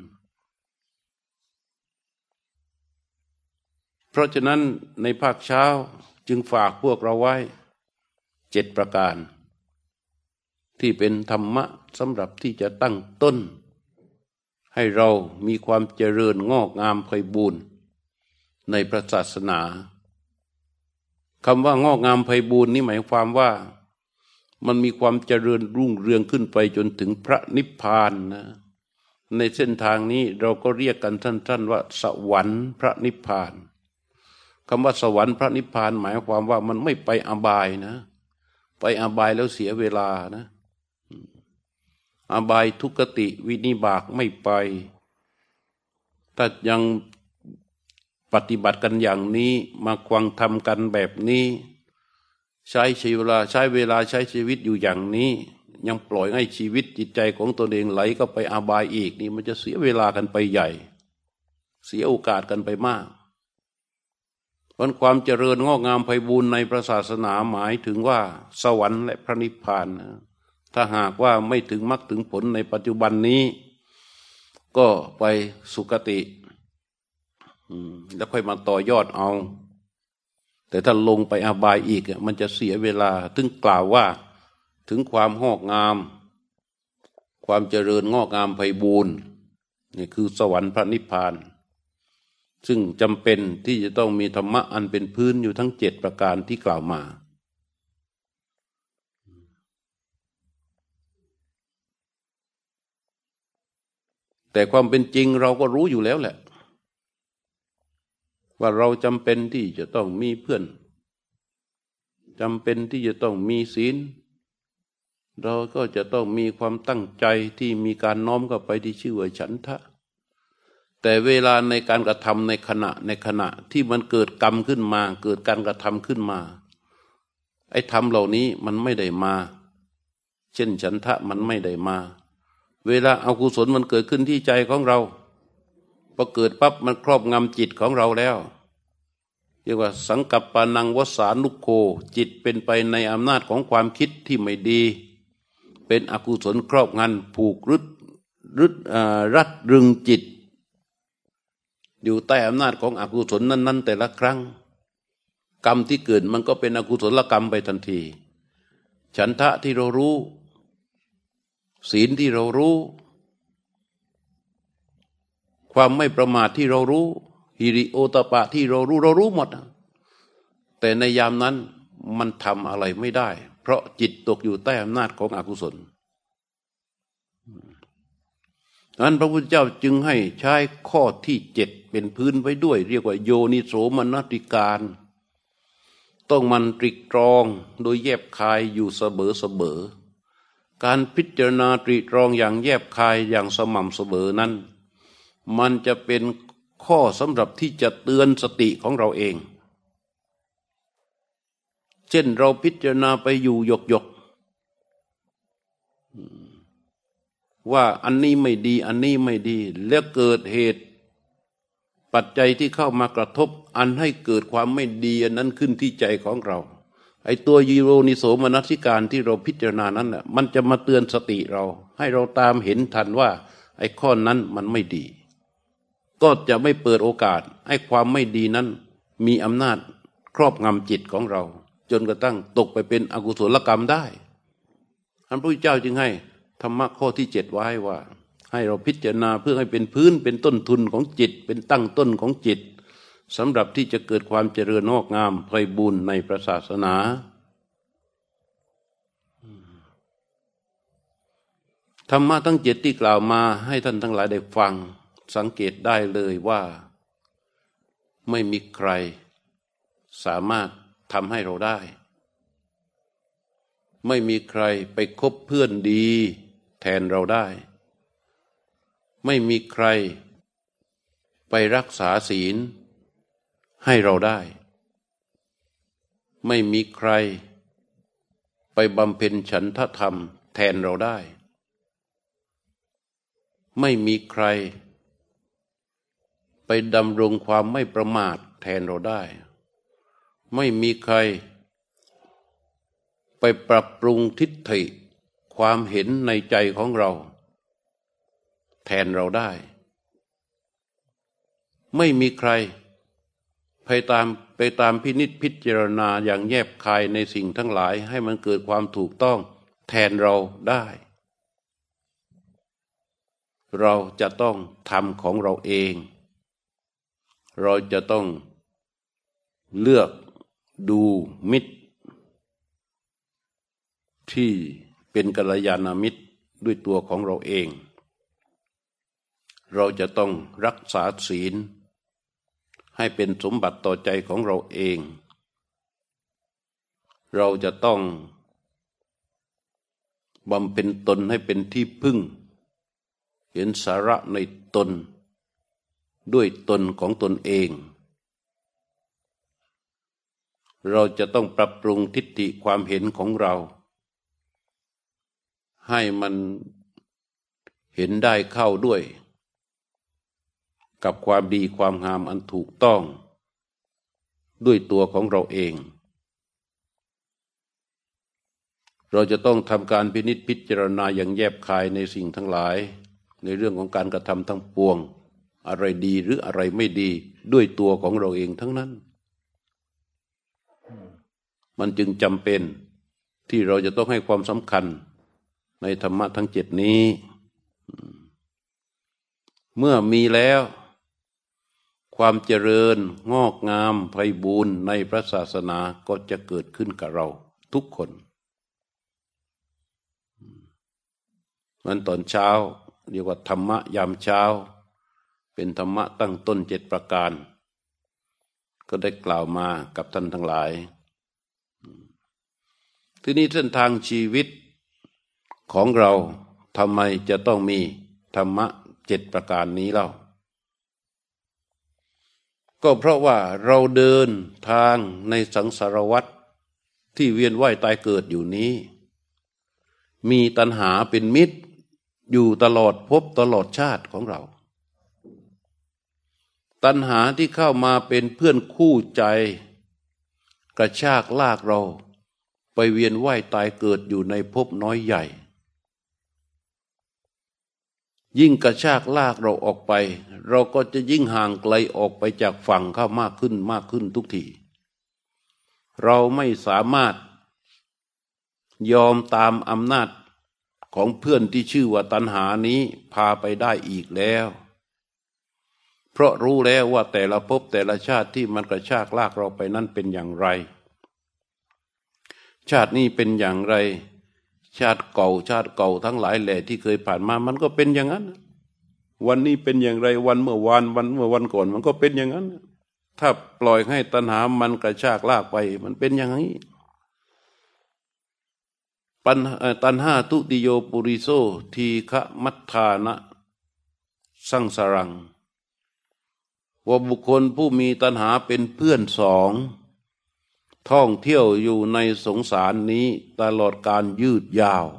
เพราะฉะนั้นในภาคเช้าจึงฝากพวกเราไว้7 ประการที่เป็นธรรมะสำหรับที่จะตั้งต้นให้เรามีความเจริญงอกงามไพบูรณ์ในพระศาสนาคำว่างอกงามไพบูรณ์นี่หมายความว่ามันมีความเจริญรุ่งเรืองขึ้นไปจนถึงพระนิพพานนะในเส้นทางนี้เราก็เรียกกันสั้นๆว่าสวรรค์พระนิพพานคำว่าสวรรค์พระนิพพานหมายความว่ามันไม่ไปอบายนะไปอบายแล้วเสียเวลานะอบายทุกขติวินิบากไม่ไปถ้ายังปฏิบัติกันอย่างนี้มาควังทำกันแบบนี้ใช้เวลาใช้ชีวิตอยู่อย่างนี้ยังปล่อยให้ชีวิตจิตใจของตนเองไหลก็ไปอบายอีกนี่มันจะเสียเวลากันไปใหญ่เสียโอกาสกันไปมากเพราะความเจริญงอกงามไพบูรณ์ในพระศาสนาหมายถึงว่าสวรรค์และพระนิพพานนะถ้าหากว่าไม่ถึงมรรคถึงผลในปัจจุบันนี้ก็ไปสุคติแล้วค่อยมาต่อยอดเอาแต่ถ้าลงไปอบายอีกมันจะเสียเวลาถึงกล่าวว่าถึงความงอกงามความเจริญงอกงามไพบูรณ์นี่คือสวรรค์พระนิพพานซึ่งจำเป็นที่จะต้องมีธรรมะอันเป็นพื้นอยู่ทั้ง7 ประการที่กล่าวมาแต่ความเป็นจริงเราก็รู้อยู่แล้วแหละว่าเราจำเป็นที่จะต้องมีเพื่อนจำเป็นที่จะต้องมีศีลเราก็จะต้องมีความตั้งใจที่มีการน้อมเข้าไปที่ชื่อว่าฉันทะแต่เวลาในการกระทำในขณะที่มันเกิดกรรมขึ้นมาเกิดการกระทำขึ้นมาไอ้ธรรมเหล่านี้มันไม่ได้มาเช่นฉันทะมันไม่ได้มาเวลาอกุศลมันเกิดขึ้นที่ใจของเราพอเกิดปั๊บมันครอบงำจิตของเราแล้วเรียกว่าสังกัปปานังวสานุโคจิตเป็นไปในอำนาจของความคิดที่ไม่ดีเป็นอกุศลครอบงำผูกรัดรึงจิตอยู่ใต้อำนาจของอกุศลนั้นๆแต่ละครั้งกรรมที่เกิดมันก็เป็นอกุศลกรรมไปทันทีฉันทะที่เรารู้ศีลที่เรารู้ความไม่ประมาทที่เรารู้หิริโอตปะที่เรารู้หมดแต่ในยามนั้นมันทำอะไรไม่ได้เพราะจิตตกอยู่ใต้อำนาจของอกุศลนั้นพระพุทธเจ้าจึงให้ใช้ข้อที่7เป็นพื้นไว้ด้วยเรียกว่าโยนิโสมนสิการต้องมันตรึกตรองโดยแยบคายอยู่เสมอการพิจารณาตรึกตรองอย่างแยบคายอย่างสม่ำเสมอนั้นมันจะเป็นข้อสำหรับที่จะเตือนสติของเราเองเช่นเราพิจารณาไปอยู่หยกว่าอันนี้ไม่ดีอันนี้ไม่ดีแล้วเกิดเหตุปัจจัยที่เข้ามากระทบอันให้เกิดความไม่ดีอันนั้นขึ้นที่ใจของเราไอ้ตัวโยนิโสมนสิการที่เราพิจารณานั้นน่ะมันจะมาเตือนสติเราให้เราตามเห็นทันว่าไอ้ข้อนั้นมันไม่ดีก็จะไม่เปิดโอกาสให้ความไม่ดีนั้นมีอำนาจครอบงำจิตของเราจนกระทั่งตกไปเป็นอกุศลกรรมได้พระพุทธเจ้าจึงให้ธรรมะข้อที่7ไว้ว่าให้เราพิจารณาเพื่อให้เป็นพื้นเป็นต้นทุนของจิตเป็นตั้งต้นของจิตสำหรับที่จะเกิดความเจริญงอกงามไพบูรย์ในพระศาสนาธรรมะทั้ง7ที่กล่าวมาให้ท่านทั้งหลายได้ฟังสังเกตได้เลยว่าไม่มีใครสามารถทำให้เราได้ไม่มีใครไปคบเพื่อนดีแทนเราได้ไม่มีใครไปรักษาศีลให้เราได้ไม่มีใครไปบำเพ็ญฉันทธรรมแทนเราได้ไม่มีใครไปดำรงความไม่ประมาทแทนเราได้ไม่มีใครไปปรับปรุงทิฏฐิความเห็นในใจของเราแทนเราได้ไม่มีใครไปตามพินิจพิจารณาอย่างแยบคายในสิ่งทั้งหลายให้มันเกิดความถูกต้องแทนเราได้เราจะต้องทำของเราเองเราจะต้องเลือกดูมิตรที่เป็นกัลยาณมิตรด้วยตัวของเราเองเราจะต้องรักษาศีลให้เป็นสมบัติต่อใจของเราเองเราจะต้องบำเพ็ญตนให้เป็นที่พึ่งเห็นสาระในตนด้วยตนของตนเองเราจะต้องปรับปรุงทิฏฐิความเห็นของเราให้มันเห็นได้เข้าด้วยกับความดีความงามอันถูกต้องด้วยตัวของเราเองเราจะต้องทำการพินิจพิจารณาอย่างแยบคายในสิ่งทั้งหลายในเรื่องของการกระทำทั้งปวงอะไรดีหรืออะไรไม่ดีด้วยตัวของเราเองทั้งนั้นมันจึงจำเป็นที่เราจะต้องให้ความสำคัญในธรรมะทั้ง7นี้เมื่อมีแล้วความเจริญงอกงามไพบูรย์ในพระศาสนาก็จะเกิดขึ้นกับเราทุกคนมันตอนเช้าเรียกว่าธรรมะยามเช้าเป็นธรรมะตั้งต้น7ประการก็ได้กล่าวมากับท่านทั้งหลายทีนี้เส้นทางชีวิตของเราทำไมจะต้องมีธรรมะ7ประการนี้เล่าก็เพราะว่าเราเดินทางในสังสารวัฏที่เวียนว่ายตายเกิดอยู่นี้มีตัณหาเป็นมิตรอยู่ตลอดภพตลอดชาติของเราตัณหาที่เข้ามาเป็นเพื่อนคู่ใจกระชากลากเราไปเวียนว่ายตายเกิดอยู่ในภพน้อยใหญ่ยิ่งกระชากลากเราออกไปเราก็จะยิ่งห่างไกลออกไปจากฝั่งเข้ามากขึ้นมากขึ้นทุกทีเราไม่สามารถยอมตามอำนาจของเพื่อนที่ชื่อว่าตัณหานี้พาไปได้อีกแล้วเพราะรู้แล้วว่าแต่ละภพแต่ละชาติที่มันกระชากลากเราไปนั้นเป็นอย่างไรชาตินี้เป็นอย่างไรชาติเก่าทั้งหลายแหล่ที่เคยผ่านมามันก็เป็นอย่างนั้นวันนี้เป็นอย่างไรวันเมื่อวานวันเมื่อวันก่อนมันก็เป็นอย่างนั้นถ้าปล่อยให้ตัณหามันกระชากลากไปมันเป็นอย่างนี้ตัณหาทุติโยปุริโสทีฆะมัฏฐานะสังสารังว่าบุคคลผู้มีตัณหาเป็นเพื่อนสองท่องเที่ยวอยู่ในสงสารนี้ตลอดการยืดยาว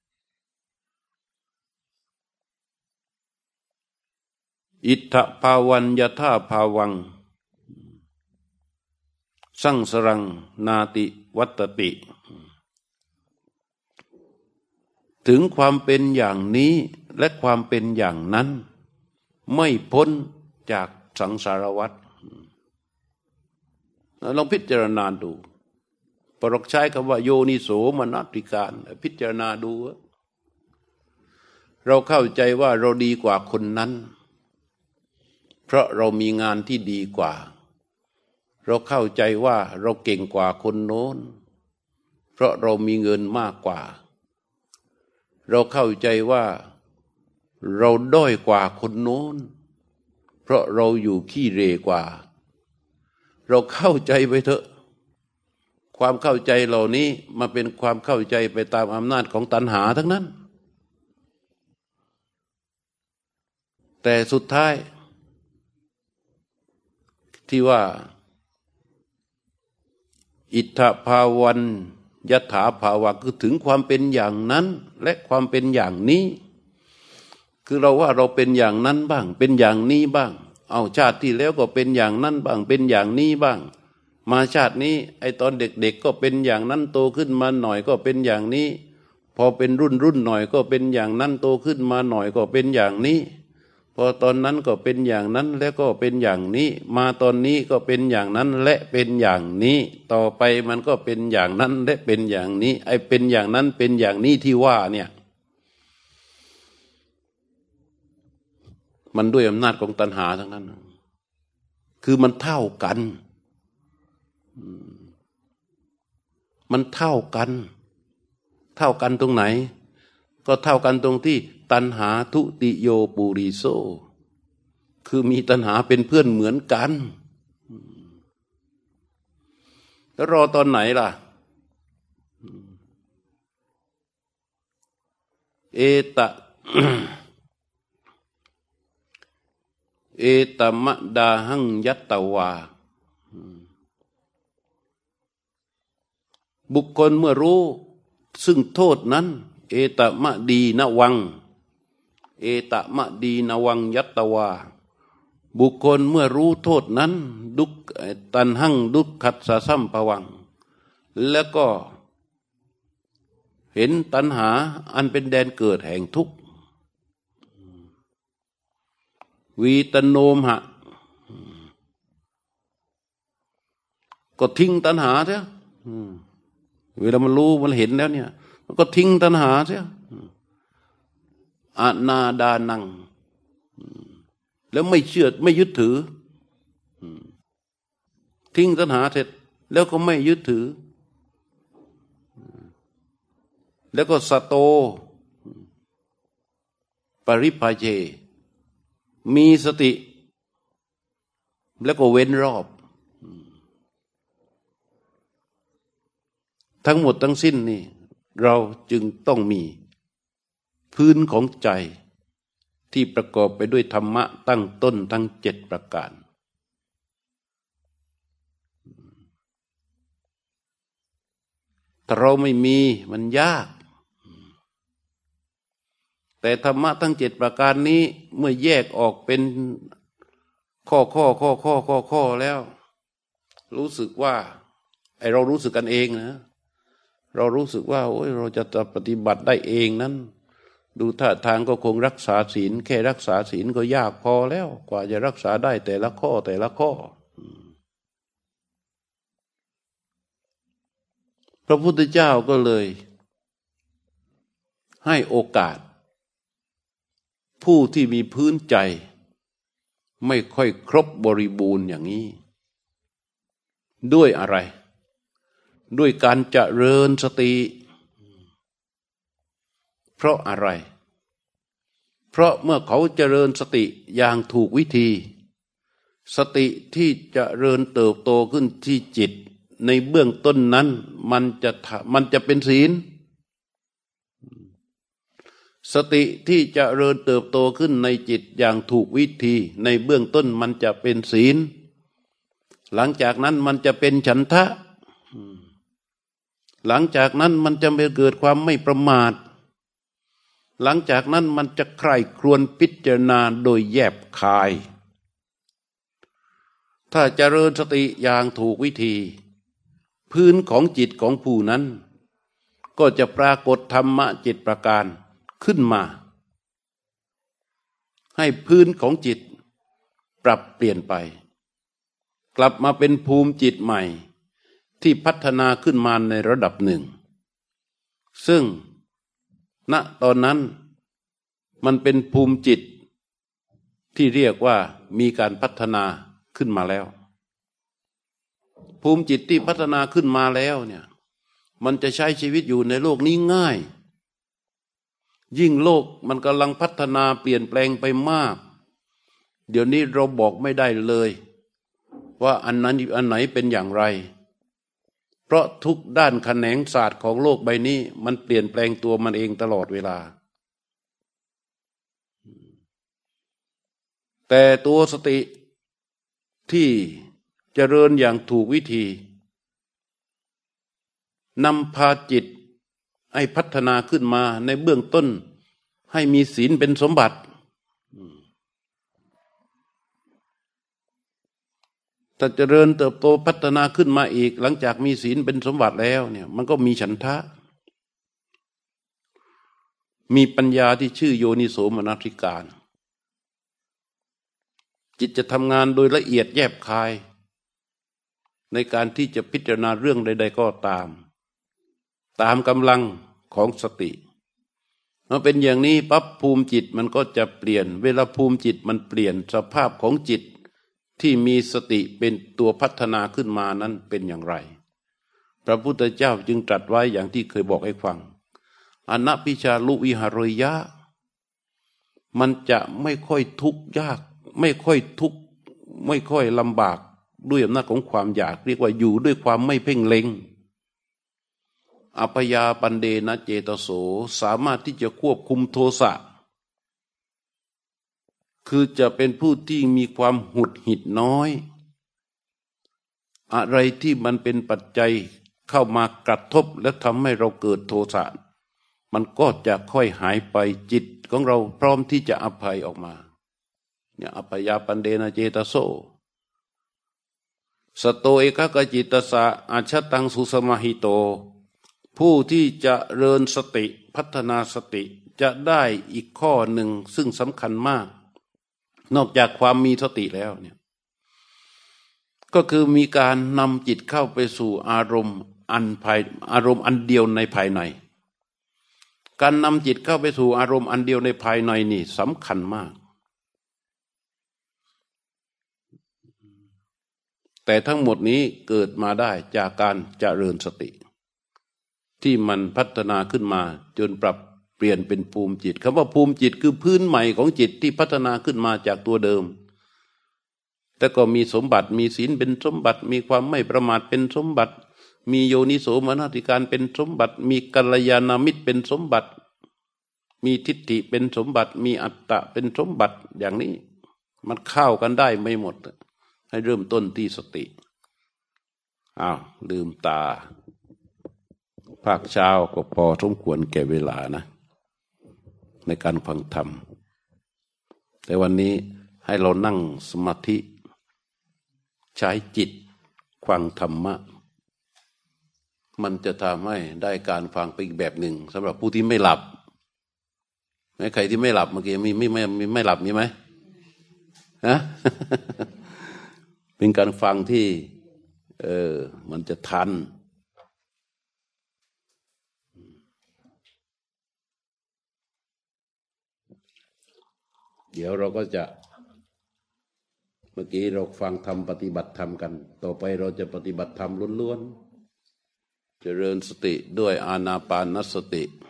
อิทธภาวันยถาภาวังสังสารังนาติวัตติถึงความเป็นอย่างนี้และความเป็นอย่างนั้นไม่พ้นจากสังสารวัฏลองพิจารณาดูปรกใช้คำว่าโยนิโสมนสิการพิจารณาดูเราเข้าใจว่าเราดีกว่าคนนั้นเพราะเรามีงานที่ดีกว่าเราเข้าใจว่าเราเก่งกว่าคนโน้นเพราะเรามีเงินมากกว่าเราเข้าใจว่าเราด้อยกว่าคนโน้นเพราะเราอยู่ขี้เหร่กว่าเราเข้าใจไปเถอะความเข้าใจเหล่านี้มาเป็นความเข้าใจไปตามอำนาจของตัณหาทั้งนั้นแต่สุดท้ายที่ว่าอิทธภาวันยถาภาวะคือถึงความเป็นอย่างนั้นและความเป็นอย่างนี้คือเราว่าเราเป็นอย่างนั้นบ้างเป็นอย่างนี้บ้างเอาชาติที่แล้วก็เป็นอย่างนั้นบ้างเป็นอย่างนี้บ้างมาชาตินี้ไอตอนเด็กๆก็เป็นอย่างนั้นโตขึ้นมาหน่อยก็เป็นอย่างนี้พอเป็นรุ่นหน่อยก็เป็นอย่างนั้นโตขึ้นมาหน่อยก็เป็นอย่างนี้พอตอนนั้นก็เป็นอย่างนั้นแล้วก็เป็นอย่างนี้มาตอนนี้ก็เป็นอย่างนั้นและเป็นอย่างนี้ต่อไปมันก็เป็นอย่างนั้นและเป็นอย่างนี้ไอเป็นอย่างนั้นเป็นอย่างนี้ที่ว่าเนี่ยมันด้วยอำนาจของตัณหาทั้งนั้นคือมันเท่ากันมันเท่ากันเท่ากันตรงไหนก็เท่ากันตรงที่ตัณหาทุติโยปุริโสคือมีตัณหาเป็นเพื่อนเหมือนกันแล้วรอตอนไหนล่ะเอตะ เอตมะดาหังยัตตวาบุคคลเมื่อรู้ซึ่งโทษนั้นเอตมะดีนวังเอตมะดีนวังยัตตวาบุคคลเมื่อรู้โทษนั้นดุตันหังดุขัสสะสัมภวังแล้วก็เห็นตัณหาอันเป็นแดนเกิดแห่งทุกข์วีตโนมหะก็ทิ้งตัณหาเสียเวลามันรู้มันเห็นแล้วเนี่ยมันก็ทิ้งตัณหาเสียอนาดานังแล้วไม่เชื่อไม่ยึดถือทิ้งตัณหาเสร็จแล้วก็ไม่ยึดถือแล้วก็สโตปริภาเจมีสติแล้วก็เว้นรอบทั้งหมดทั้งสิ้นนี่เราจึงต้องมีพื้นของใจที่ประกอบไปด้วยธรรมะตั้งต้นทั้ง7ประการถ้าเราไม่มีมันยากแต่ธรรมะทั้ง7ประการนี้เมื่อแยกออกเป็นข้อแล้วรู้สึกว่าเรารู้สึกกันเองนะเรารู้สึกว่าโอ้ยเราจะปฏิบัติได้เองนั้นดูท่าทางก็คงรักษาศีลแค่รักษาศีลก็ยากพอแล้วกว่าจะรักษาได้แต่ละข้อพระพุทธเจ้าก็เลยให้โอกาสผู้ที่มีพื้นใจไม่ค่อยครบบริบูรณ์อย่างนี้ด้วยอะไรด้วยการเจริญสติเพราะอะไรเพราะเมื่อเขาเจริญสติอย่างถูกวิธีสติที่เจริญเติบโตขึ้นที่จิตในเบื้องต้นนั้นมันจะเป็นศีลสติที่เจริญเติบโตขึ้นในจิตอย่างถูกวิธีในเบื้องต้นมันจะเป็นศีลหลังจากนั้นมันจะเป็นฉันทะหลังจากนั้นมันจะเกิดความไม่ประมาทหลังจากนั้นมันจะใคร่ครวญพิจารณาโดยแยบคายถ้าเจริญสติอย่างถูกวิธีพื้นของจิตของผู้นั้นก็จะปรากฏธรรมะ7ประการขึ้นมาให้พื้นของจิตปรับเปลี่ยนไปกลับมาเป็นภูมิจิตใหม่ที่พัฒนาขึ้นมาในระดับหนึ่งซึ่งณตอนนั้นมันเป็นภูมิจิตที่เรียกว่ามีการพัฒนาขึ้นมาแล้วภูมิจิตที่พัฒนาขึ้นมาแล้วเนี่ยมันจะใช้ชีวิตอยู่ในโลกนี้ง่ายยิ่งโลกมันกำลังพัฒนาเปลี่ยนแปลงไปมากเดี๋ยวนี้เราบอกไม่ได้เลยว่าอันไหนเป็นอย่างไรเพราะทุกด้านแขนงศาสตร์ของโลกใบนี้มันเปลี่ยนแปลงตัวมันเองตลอดเวลาแต่ตัวสติที่เจริญอย่างถูกวิธีนำพาจิตให้พัฒนาขึ้นมาในเบื้องต้นให้มีศีลเป็นสมบัติถ้าเจริญเติบโตพัฒนาขึ้นมาอีกหลังจากมีศีลเป็นสมบัติแล้วเนี่ยมันก็มีฉันทะมีปัญญาที่ชื่อโยนิโสมนสิการจิตจะทำงานโดยละเอียดแยบคายในการที่จะพิจารณาเรื่องใดๆก็ตามกำลังของสติเมื่อเป็นอย่างนี้ปั๊บภูมิจิตมันก็จะเปลี่ยนเวลาภูมิจิตมันเปลี่ยนสภาพของจิตที่มีสติเป็นตัวพัฒนาขึ้นมานั้นเป็นอย่างไรพระพุทธเจ้าจึงตรัสไว้อย่างที่เคยบอกให้ฟังอนัพพิชาลุวิหารยะมันจะไม่ค่อยทุกข์ยากไม่ค่อยทุกข์ไม่ค่อยลำบากด้วยอำนาจของความอยากเรียกว่าอยู่ด้วยความไม่เพ่งเล็งอัปยาปันเดนะเจตโสสามารถที่จะควบคุมโทสะคือจะเป็นผู้ที่มีความหุดหิดน้อยอะไรที่มันเป็นปัจจัยเข้ามากระทบและทำให้เราเกิดโทสะมันก็จะค่อยหายไปจิตของเราพร้อมที่จะอภัยออกมาเนี่ยอัปยาปันเดนะเจตโสสโตเอกกจิตตสะอาชตังสุสมาหิโตผู้ที่จะเริญสติพัฒนาสติจะได้อีกข้อหนึ่งซึ่งสำคัญมากนอกจากความมีสติแล้วเนี่ยก็คือมีการนำจิตเข้าไปสู่อารมณ์อันเดียวในภายในการนำจิตเข้าไปสู่อารมณ์อันเดียวในภายในนี่สำคัญมากแต่ทั้งหมดนี้เกิดมาได้จากการเจริญสติที่มันพัฒนาขึ้นมาจนปรับเปลี่ยนเป็นภูมิจิตคำว่าภูมิจิตคือพื้นใหม่ของจิตที่พัฒนาขึ้นมาจากตัวเดิมแต่ก็มีสมบัติมีศีลเป็นสมบัติมีความไม่ประมาทเป็นสมบัติมีโยนิโสมนสิการเป็นสมบัติมีกัลยาณมิตรเป็นสมบัติมีทิฏฐิเป็นสมบัติมีอัตตะเป็นสมบัติอย่างนี้มันเข้ากันได้ไม่หมดให้เริ่มต้นที่สติอ้าวลืมตาภาคเช้าก็พอสมควรแก่เวลานะในการฟังธรรมแต่วันนี้ให้เรานั่งสมาธิใช้จิตฟังธรรมะมันจะทำให้ได้การฟังไปอีกแบบหนึ่งสำหรับผู้ที่ไม่หลับใครที่ไม่หลับเมื่อกี้มีไม่หลับมีไหมฮะ เป็นการฟังที่มันจะทันเดี๋ยวเราก็จะเมื่อกี้เราฟังธรรมปฏิบัติธรรมกันต่อไปเราจะปฏิบัติธรรมล้วนๆเจริญสติด้วยอานาปานสติ